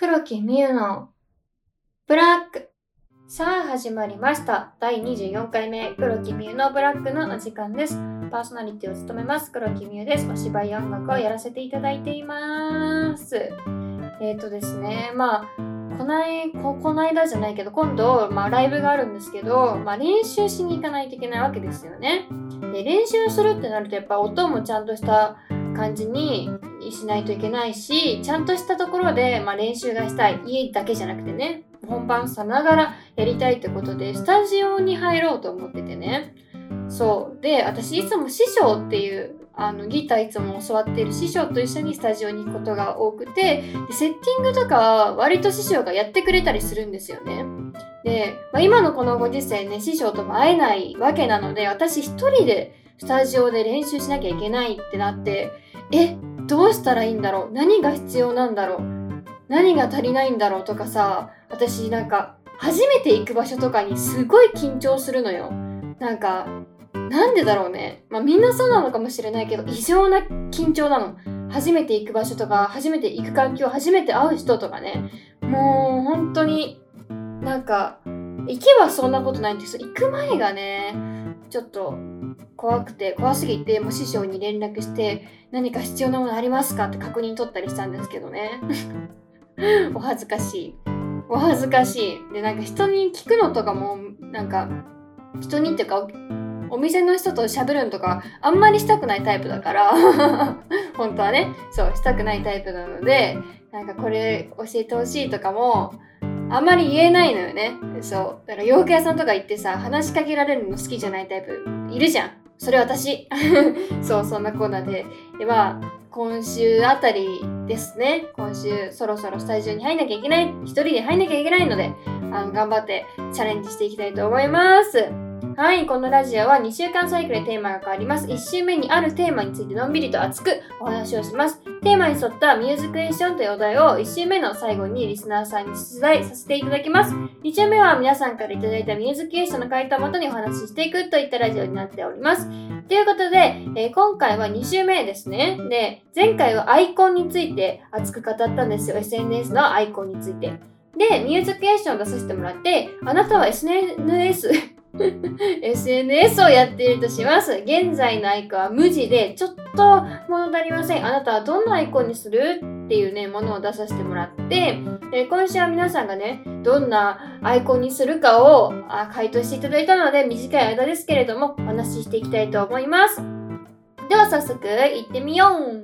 黒木美優のブラック。さあ始まりました。第24回目黒木美優のブラックのお時間です。パーソナリティを務めます黒木美優です。お芝居音楽をやらせていただいています。ですね、この間じゃないけど今度、ライブがあるんですけど、練習しに行かないといけないわけですよね。で、練習するってなるとやっぱ音もちゃんとした感じにしないといけないし、ちゃんとしたところで、練習がしたい。家だけじゃなくてね、本番さながらやりたいってことでスタジオに入ろうと思っててね。そうで、私いつも師匠っていうギターいつも教わっている師匠と一緒にスタジオに行くことが多くて、でセッティングとかは割と師匠がやってくれたりするんですよね。で、今のこのご時世ね、師匠とも会えないわけなので、私一人でスタジオで練習しなきゃいけないってなって、どうしたらいいんだろう、何が必要なんだろう、何が足りないんだろうとかさ、私初めて行く場所とかにすごい緊張するのよ。なんでだろうね。みんなそうなのかもしれないけど、異常な緊張なの。初めて行く場所とか、初めて行く環境、初めて会う人とかね。もう本当に行けばそんなことないんですよ。行く前がね、ちょっと怖すぎて、もう師匠に連絡して何か必要なものありますかって確認取ったりしたんですけどね。お恥ずかしい。で、人に聞くのとかも人にっていうかお店の人と喋るのとかあんまりしたくないタイプだから本当はね、そうしたくないタイプなので、これ教えてほしいとかもあんまり言えないのよね。そうだから洋服屋さんとか行ってさ、話しかけられるの好きじゃないタイプいるじゃん。それ私そう、そんなコーナーで今週あたりですね。今週そろそろスタジオに入んなきゃいけない、一人で入んなきゃいけないので、頑張ってチャレンジしていきたいと思います。はい、このラジオは2週間サイクルでテーマが変わります。1週目にあるテーマについてのんびりと熱くお話をします。テーマに沿ったミュージクエスチョンというお題を1週目の最後にリスナーさんに出題させていただきます。2週目は皆さんからいただいたミュージクエスチョンの回答をもとにお話ししていくといったラジオになっております。ということで、今回は2週目ですね。で、前回はアイコンについて熱く語ったんですよ。SNS のアイコンについて。で、ミュージクエスチョンを出させてもらって、あなたは SNS をやっているとします。現在のアイコンは無地でちょっと物足りません。あなたはどんなアイコンにするっていうね、ものを出させてもらって、今週は皆さんがね、どんなアイコンにするかを回答していただいたので、短い間ですけれどもお話ししていきたいと思います。では早速行ってみよう。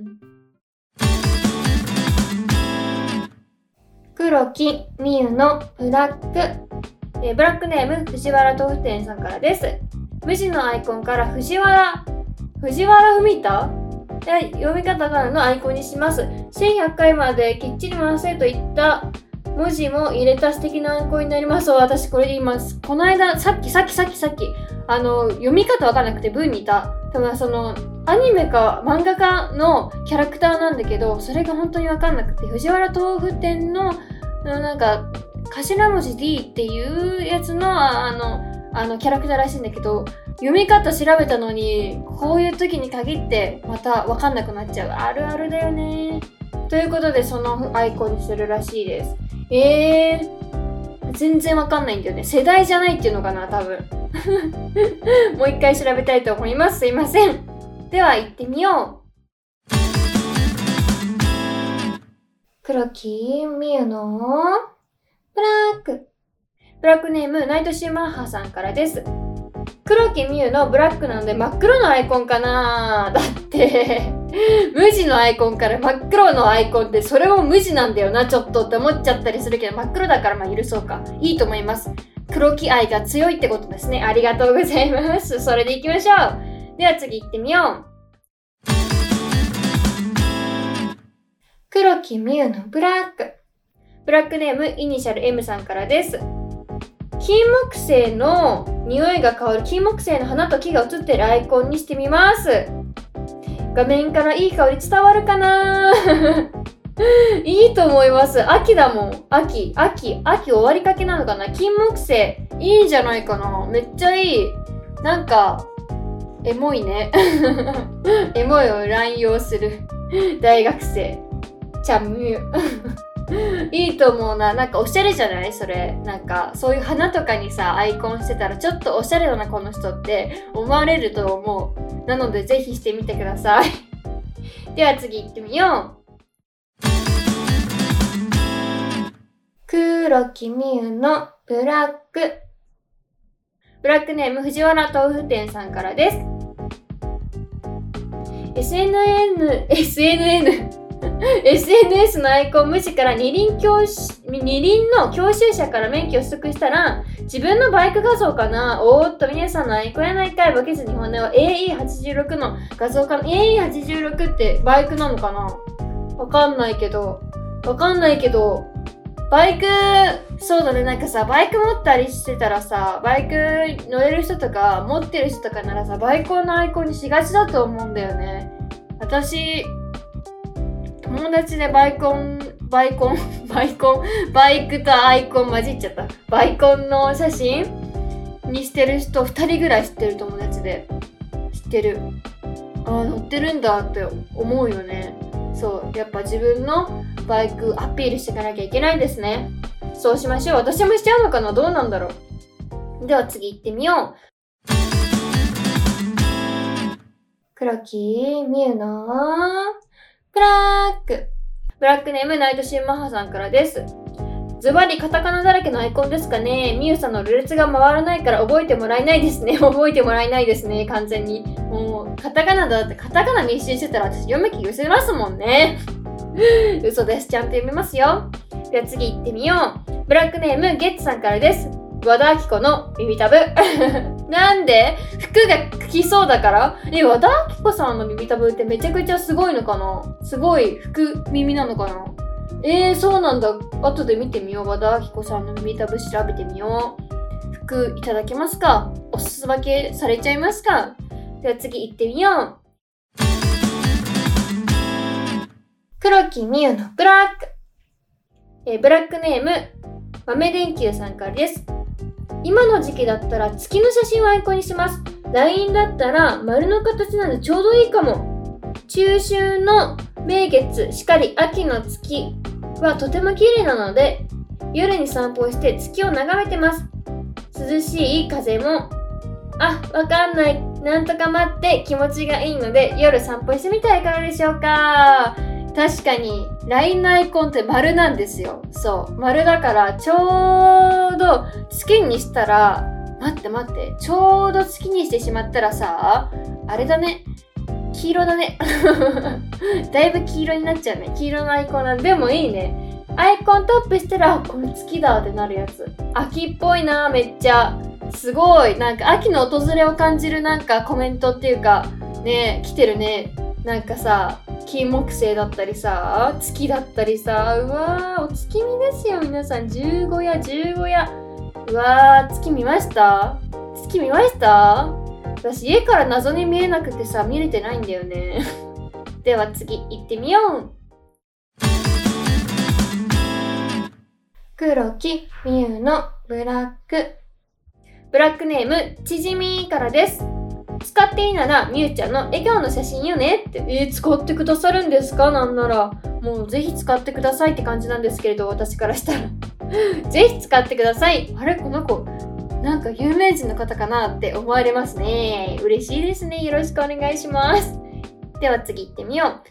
黒木美優のブラック。ブラックネーム藤原豆腐店さんからです。無地のアイコンから藤原文太読み方からのアイコンにします。1100回まできっちり回せといった文字も入れた素敵なアイコンになります。私これで言います。この間さっき読み方わかんなくて文にいた。多分そのアニメか漫画家のキャラクターなんだけど、それが本当にわかんなくて、藤原豆腐店の頭文字 D っていうやつのキャラクターらしいんだけど、読み方調べたのにこういう時に限ってまた分かんなくなっちゃう。あるあるだよね。ということでそのアイコンにするらしいです。全然分かんないんだよね。世代じゃないっていうのかな、多分もう一回調べたいと思います。すいません。では行ってみよう。黒木美優のブラックネームナイトシューマッハさんからです。黒木美優のブラックなので真っ黒のアイコンかな。だって無地のアイコンから真っ黒のアイコンってそれも無地なんだよなちょっとって思っちゃったりするけど、真っ黒だから許そうか。いいと思います。黒木愛が強いってことですね。ありがとうございます。それでいきましょう。では次行ってみよう。黒木美優のブラックネームイニシャル M さんからです。金木犀の匂いが香る金木犀の花と木が写っているアイコンにしてみます。画面からいい香り伝わるかないいと思います。秋だもん。秋終わりかけなのかな。金木犀いいんじゃないかな。めっちゃいい。エモいねエモいを乱用する大学生ちゃんみゆいいと思うな。なんかおしゃれじゃないそれ。なんかそういう花とかにさアイコンしてたらちょっとおしゃれだなこの人って思われると思う。なのでぜひしてみてください。では次行ってみよう。黒木美優のブラック。ブラックネーム藤原豆腐店さんからです。SNS のアイコン無視から二輪の教習車から免許を取得したら自分のバイク画像かな。おーっと皆さんのアイコンやないかい。バケツ日本では AE86 の画像かな。AE86 ってバイクなのかな。わかんないけどバイク、そうだね。なんかさバイク持ったりしてたらさバイク乗れる人とか持ってる人とかならさバイクのアイコンにしがちだと思うんだよね。私友達でバイクとアイコン混じっちゃった。バイコンの写真にしてる人2人ぐらい知ってる。友達で知ってる。乗ってるんだって思うよね。そうやっぱ自分のバイクアピールしていかなきゃいけないんですね。そうしましょう。私もしちゃうのかな。どうなんだろう。では次行ってみよう。黒木美優のブラックネームナイトシンマハさんからです。ズバリカタカナだらけのアイコンですかね。みゆさんのルレツが回らないから覚えてもらえないですね。完全に。もうカタカナだってカタカナ密集してたら私読む気失せますもんね。嘘です。ちゃんと読みますよ。では次行ってみよう。ブラックネームゲッツさんからです。和田アキ子の耳たぶ。なんで？服が着そうだから和田アキ子さんの耳たぶってめちゃくちゃすごいのかな。すごい服耳なのかな。そうなんだ。後で見てみよう。和田アキ子さんの耳たぶ調べてみよう。服いただけますか？おすす分けされちゃいますか？では次行ってみよう。黒木美優のブラック。ブラックネーム豆電球さんからです。今の時期だったら月の写真をアイコンにします。 LINE だったら丸の形なんでちょうどいいかも。中秋の名月しかり秋の月はとても綺麗なので夜に散歩して月を眺めてます。涼しい風もわかんない。なんとか待って気持ちがいいので夜散歩してみてはいかがでしょうか。確かに LINE のアイコンって丸なんですよ。そう丸だからちょうど月にしたら待ってちょうど月にしてしまったらさあれだね黄色だねだいぶ黄色になっちゃうね。黄色のアイコンなんでもいいね。アイコントップしたらこれ月だってなるやつ。秋っぽいな。めっちゃすごい。なんか秋の訪れを感じるなんかコメントっていうかね来てるね。なんかさ金木犀だったりさ月だったりさうわーお月見ですよ皆さん。十五夜うわー月見ました。私家から謎に見えなくてさ見れてないんだよねでは次行ってみよう。黒木美優のブラックネームちじみからです。使っていいならみゆちゃんの笑顔の写真よねって。使ってくださるんですか？なんならもうぜひ使ってくださいって感じなんですけれど、私からしたらぜひ使ってください。あれこの子なんか有名人の方かなって思われますね。嬉しいですね。よろしくお願いします。では次行ってみよう。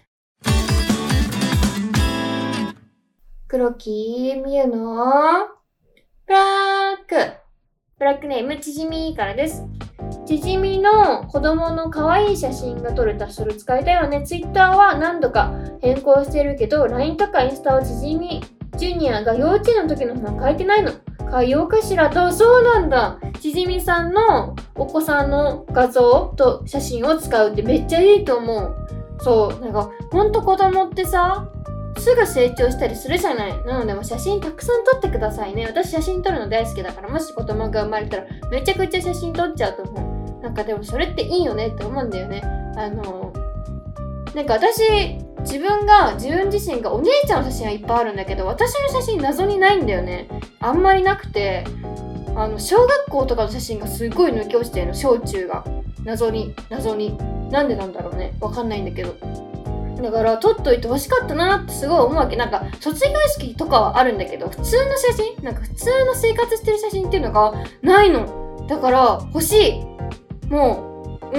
黒木美優のブラックネームちじみからです。ちじみの子供の可愛い写真が撮れたそれ使いたいよね。Twitter は何度か変更してるけど LINE とかインスタはちじみジュニアが幼稚園の時のもの変えてないの。変えようかしらと。そうなんだ。ちじみさんのお子さんの画像と写真を使うってめっちゃいいと思う。そうなんかほんと子供ってさすぐ成長したりするじゃない。なのでも写真たくさん撮ってくださいね。私写真撮るの大好きだから、もし子供が生まれたらめちゃくちゃ写真撮っちゃうと思う。なんかでもそれっていいよねって思うんだよね。なんか私自分自身がお姉ちゃんの写真はいっぱいあるんだけど、私の写真謎にないんだよね。あんまりなくて、小学校とかの写真がすごい抜け落ちてるの。小中が謎になんでなんだろうね。わかんないんだけど。 だから撮っといて欲しかったなってすごい思うわけ。なんか卒業式とかはあるんだけど、普通の写真、なんか普通の生活してる写真っていうのがないの。だから欲しい。もう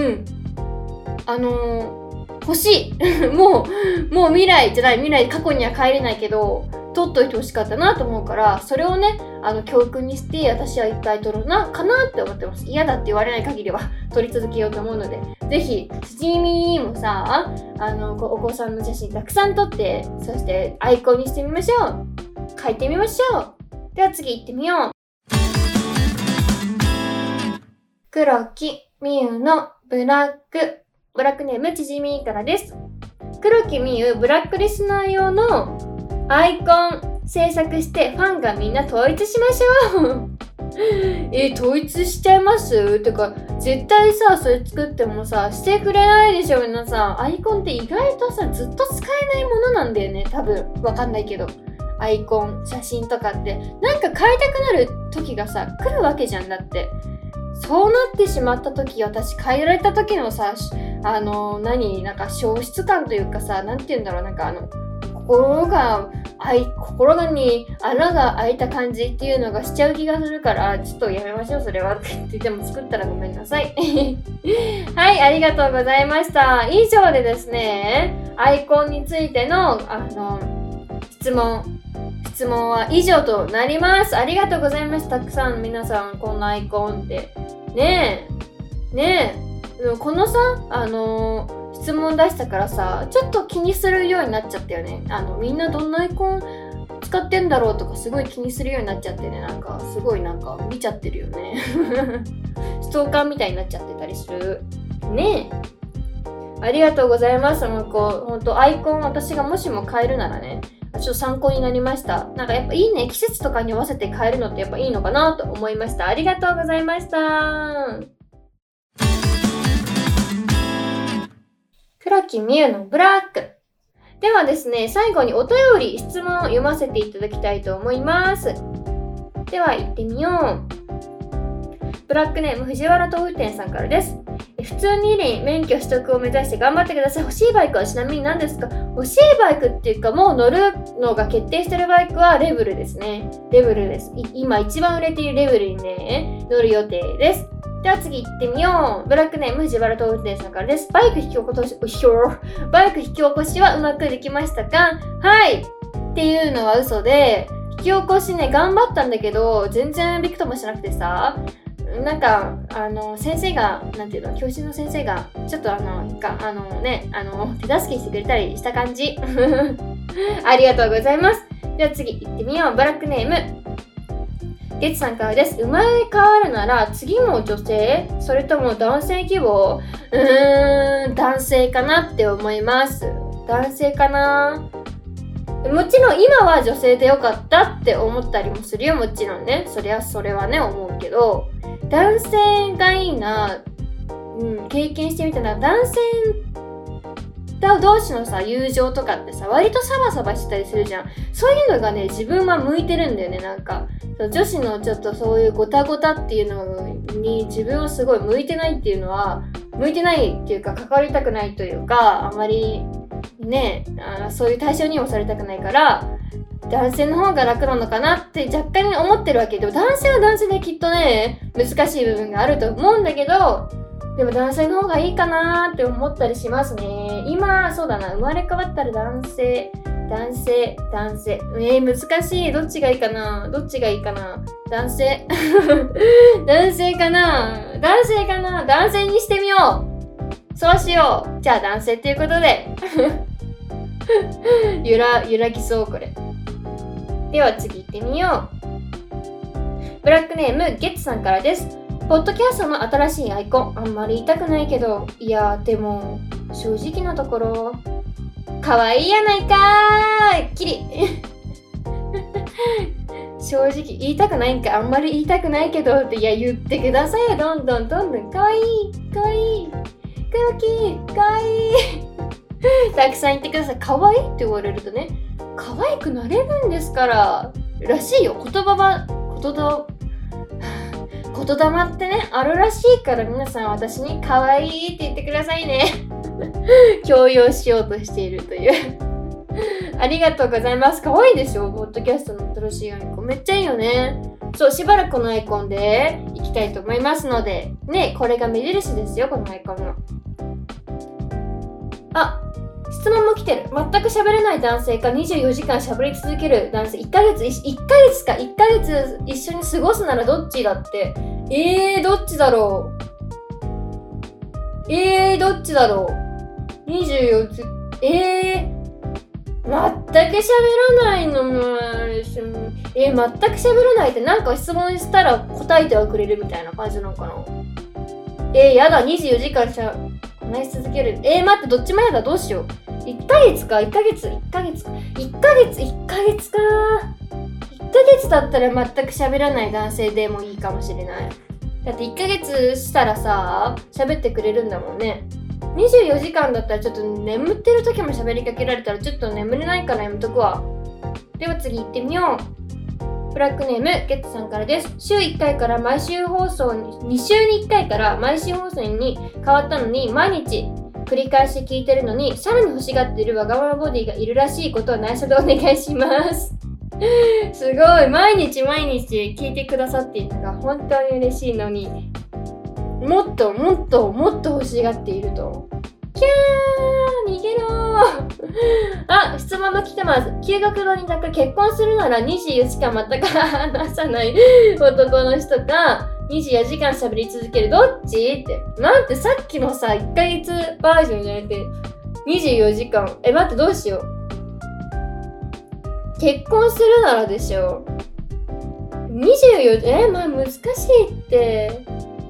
欲しいもう未来過去には帰れないけど撮っといてほしかったなと思うから、それをね教訓にして私は一回撮るなかなって思ってます。嫌だって言われない限りは撮り続けようと思うので、ぜひつじみもさお子さんの写真たくさん撮って、そしてアイコンにしてみましょう。書いてみましょう。では次行ってみよう。黒木みゆのブラックネームちじみからです。黒木みゆブラックリスナー用のアイコン制作してファンがみんな統一しましょう統一しちゃいますてか絶対さ、それ作ってもさしてくれないでしょ。皆さんアイコンって意外とさずっと使えないものなんだよね。多分わかんないけど、アイコン写真とかってなんか変えたくなる時がさ来るわけじゃん。だってそうなってしまった時、私変えられた時のさなんか消失感というかさ、なんて言うんだろう、なんか心に穴が開いた感じっていうのがしちゃう気がするから、ちょっとやめましょうそれはって言っても作ったらごめんなさいはい、ありがとうございました。以上でですね、アイコンについての質問は以上となります。ありがとうございます。たくさん皆さんこんなアイコンってねえこのさ質問出したからさ、ちょっと気にするようになっちゃったよね。みんなどんなアイコン使ってんだろうとかすごい気にするようになっちゃってね、なんかすごいなんか見ちゃってるよねストーカーみたいになっちゃってたりするね。ありがとうございます。ほんとアイコン私がもしも変えるならね、ちょっと参考になりました。なんかやっぱいいね、季節とかに合わせて変えるのってやっぱいいのかなと思いました。ありがとうございました。黒木みゆのブラック。ではですね、最後にお便り、質問を読ませていただきたいと思います。では行ってみよう。ブラックネーム藤原豆腐店さんからです。普通二輪免許取得を目指して頑張ってください。欲しいバイクはちなみに何ですか？欲しいバイクっていうか、もう乗るのが決定してるバイクはレブルですね。レブルです。今一番売れているレブルにね、乗る予定です。では次行ってみよう。ブラックネーム藤原豆腐店さんからです。バイク引き起こしはうまくできましたか？はいっていうのは嘘で、引き起こしね頑張ったんだけど全然びくともしなくてさ、なんか先生がなんていうの、教師の先生がちょっと手助けしてくれたりした感じありがとうございます。では次行ってみよう。ブラックネームゲツさんからです。生まれ変わるなら次も女性？それとも男性希望？男性かなって思います。男性かな。もちろん今は女性でよかったって思ったりもするよ。もちろんね、それはね思うけど、男性がいいな。経験してみたら男性同士のさ友情とかってさ割とサバサバしてたりするじゃん。そういうのがね自分は向いてるんだよね。なんか女子のちょっとそういうゴタゴタっていうのに自分はすごい向いてないっていうか関わりたくないというか、あまりねそういう対象にもされたくないから男性の方が楽なのかなって若干思ってるわけで、も男性は男性できっとね難しい部分があると思うんだけど、でも男性の方がいいかなって思ったりしますね。今そうだな、生まれ変わったら男性難しい。どっちがいいかな男性男性かな男性にしてみよう。そうしよう。じゃあ男性っていうことで揺らぎそうこれ。では次行ってみよう。ブラックネームゲッツさんからです。ポッドキャストの新しいアイコン、あんまり言いたくないけど、いやでも正直なところかわいいやないかーキリ正直言いたくないんか、あんまり言いたくないけどって、いや言ってくださいよ。どんどんかわいい黒木かわいいたくさん言ってください。かわいいって言われるとね、可愛くなれるんですかららしいよ。言霊ってねあるらしいから、皆さん私に可愛いって言ってくださいね強要しようとしているというありがとうございます。可愛いでしょ、ポッドキャストの新しいアイコン。めっちゃいいよね。そう、しばらくこのアイコンでいきたいと思いますので、ね、これが目印ですよ、このアイコンの。あ、質問も来てる。全く喋れない男性か24時間喋り続ける男性。1ヶ月一緒に過ごすならどっちだって。どっちだろう。どっちだろう。24時、全く喋らないのもあるし、全く喋らないってなんか質問したら答えてはくれるみたいな感じなのかな。やだ、24時間話し続ける。待って、どっちもやだ、どうしよう。1ヶ月か、1ヶ月だったら全く喋らない男性でもいいかもしれない。だって1ヶ月したらさ、喋ってくれるんだもんね。24時間だったらちょっと眠ってる時も喋りかけられたらちょっと眠れないからやめとくわ。では次行ってみよう。ブラックネームゲットさんからです。週1回から毎週放送に、2週に1回から毎週放送に変わったのに、毎日繰り返し聞いてるのに、さらに欲しがっているわがままボディがいるらしいことは内緒でお願いしますすごい、毎日聞いてくださっているのが本当に嬉しいのに、もっと欲しがっていると。キャー、逃げろー質問も来てます。究極の二択、結婚するなら24時間全く話さない男の人か、24時間喋り続けるどっちって。待って、さっきのさ、1ヶ月バージョンじゃなくて24時間。待って、どうしよう。結婚するならでしょ。24時、難しいって。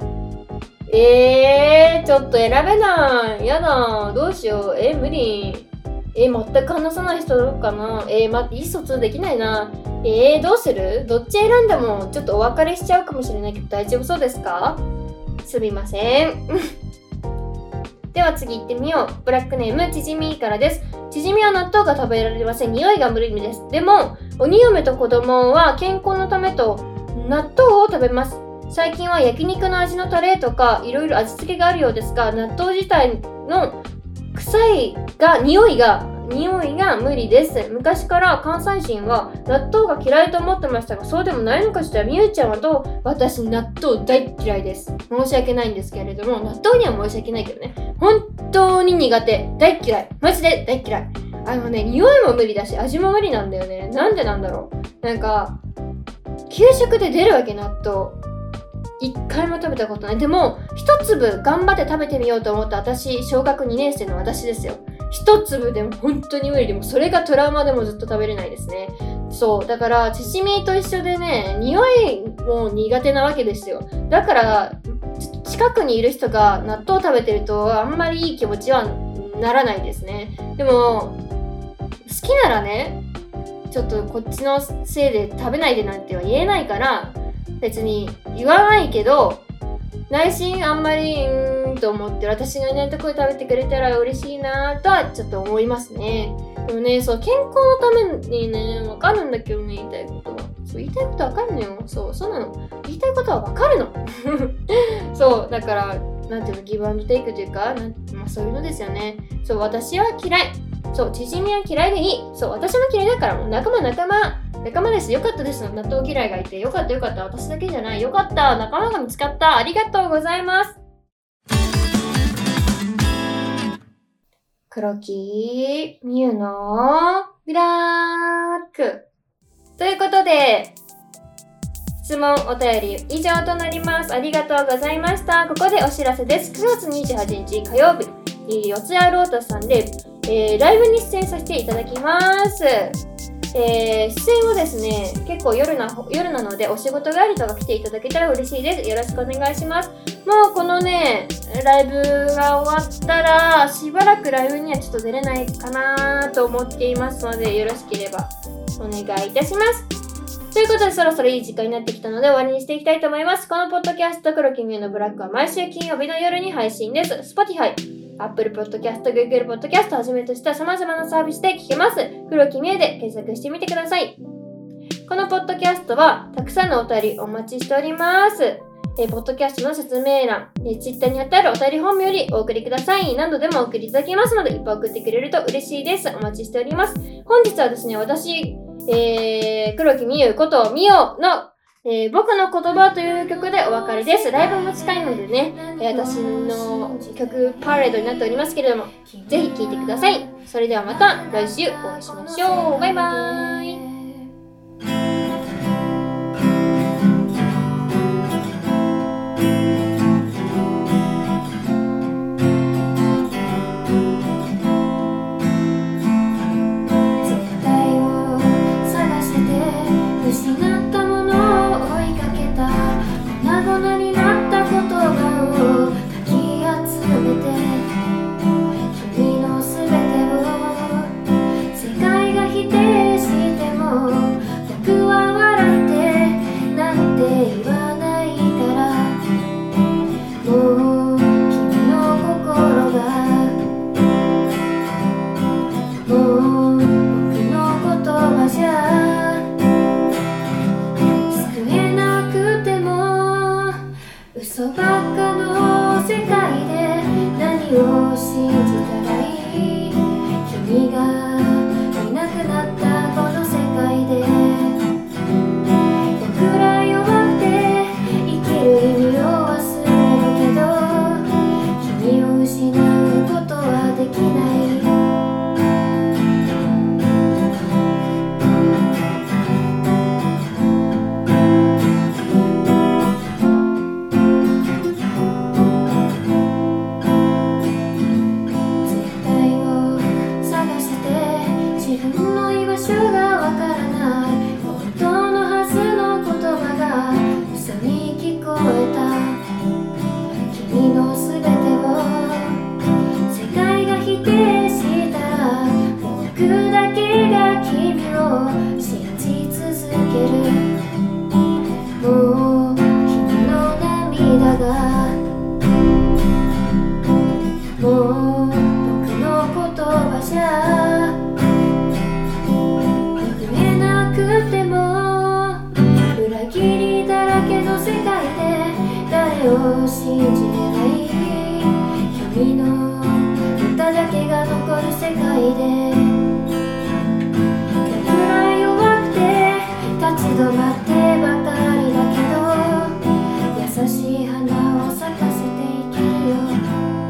ちょっと選べない。やだ。どうしよう。無理。全く話さない人どうかな。待って、意思疎通できないな。どうする？どっち選んでもちょっとお別れしちゃうかもしれないけど大丈夫そうですか？すみません。では次行ってみよう。ブラックネームちじみからです。ちじみは納豆が食べられません。匂いが無理です。でも鬼嫁と子供は健康のためと納豆を食べます。最近は焼肉の味のタレとかいろいろ味付けがあるようですが、納豆自体の匂いが無理です。昔から関西人は納豆が嫌いと思ってましたが、そうでもないのかしら。みゆちゃんはどう？私納豆大嫌いです。申し訳ないんですけれども、納豆には申し訳ないけどね。本当に苦手。大嫌い。マジで大嫌い。匂いも無理だし、味も無理なんだよね。なんでなんだろう。なんか、給食で出るわけ、納豆。一回も食べたことない。でも、一粒頑張って食べてみようと思った私、小学2年生の私ですよ。一粒でも本当に無理でも、それがトラウマでもずっと食べれないですね。そう、だから、チヂミと一緒でね、匂いも苦手なわけですよ。だから、近くにいる人が納豆を食べてると、あんまりいい気持ちはならないですね。でも、好きならね、ちょっとこっちのせいで食べないでなんては言えないから、別に言わないけど、内心あんまりと思って、私がいないところで食べてくれたら嬉しいなとはちょっと思いますね。でもね、そう、健康のためにね、わかるんだけどね、言いたいことは。そう、言いたいことわかるのよ。そうなの。言いたいことはわかるの。そう、だから、なんていうの、ギブアンドテイクというか、そういうのですよね。そう、私は嫌い。そう、チヂミは嫌いでいい。そう、私も嫌いだから、もう仲間です。よかったです。納豆嫌いがいて。よかった。私だけじゃない。よかった。仲間が見つかった。ありがとうございます。黒木みゆのブラック。ということで、質問、お便り以上となります。ありがとうございました。ここでお知らせです。9月28日火曜日、四谷ロータスさんで、ライブに出演させていただきます。出演をですね、結構夜なのでお仕事帰りとか来ていただけたら嬉しいです。よろしくお願いします。もうこのね、ライブが終わったらしばらくライブにはちょっと出れないかなと思っていますので、よろしければお願いいたします。ということで、そろそろいい時間になってきたので終わりにしていきたいと思います。このポッドキャスト黒木みゆのブラックは毎週金曜日の夜に配信です。Spotify、Apple Podcast、Google Podcast をはじめとした様々なサービスで聞けます。黒木みゆで検索してみてください。このポッドキャストはたくさんのお便りお待ちしております。 ポッドキャストの説明欄、ツイッターに貼ってあるお便りフォームよりお送りください。何度でもお送りいただけますので、いっぱい送ってくれると嬉しいです。お待ちしております。本日はですね、私、黒木美優ことみおの、僕の言葉という曲でお別れです。ライブも近いのでね、私の曲パレードになっておりますけれども、ぜひ聴いてください。それではまた来週お会いしましょう。バイバーイ。嘘ばっかの世界で何を信じたらいい？君がいなくなったこの世界で僕ら弱くて生きる意味を忘れるけど君を失うことはできない信じれない君の歌だけが残る世界で僕ら弱くて立ち止まってばかりだけど優しい花を咲かせていけるよ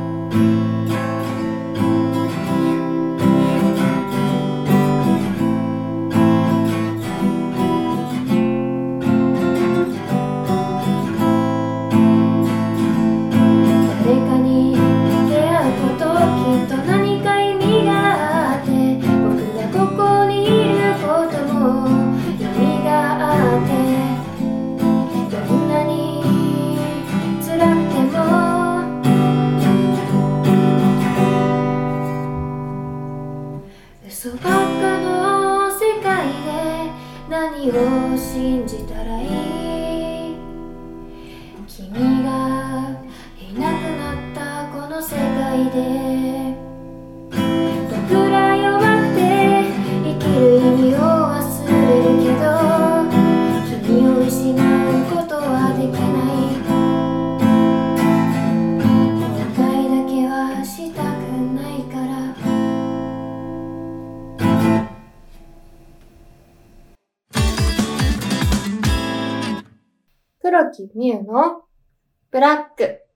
嘘ばっかの世界で何を信じたらいい君がいなくなったこの世界で僕ら弱くて生きる意味を忘れるけど君を失うことはできない後悔だけはしたくないから黒木美優のブラック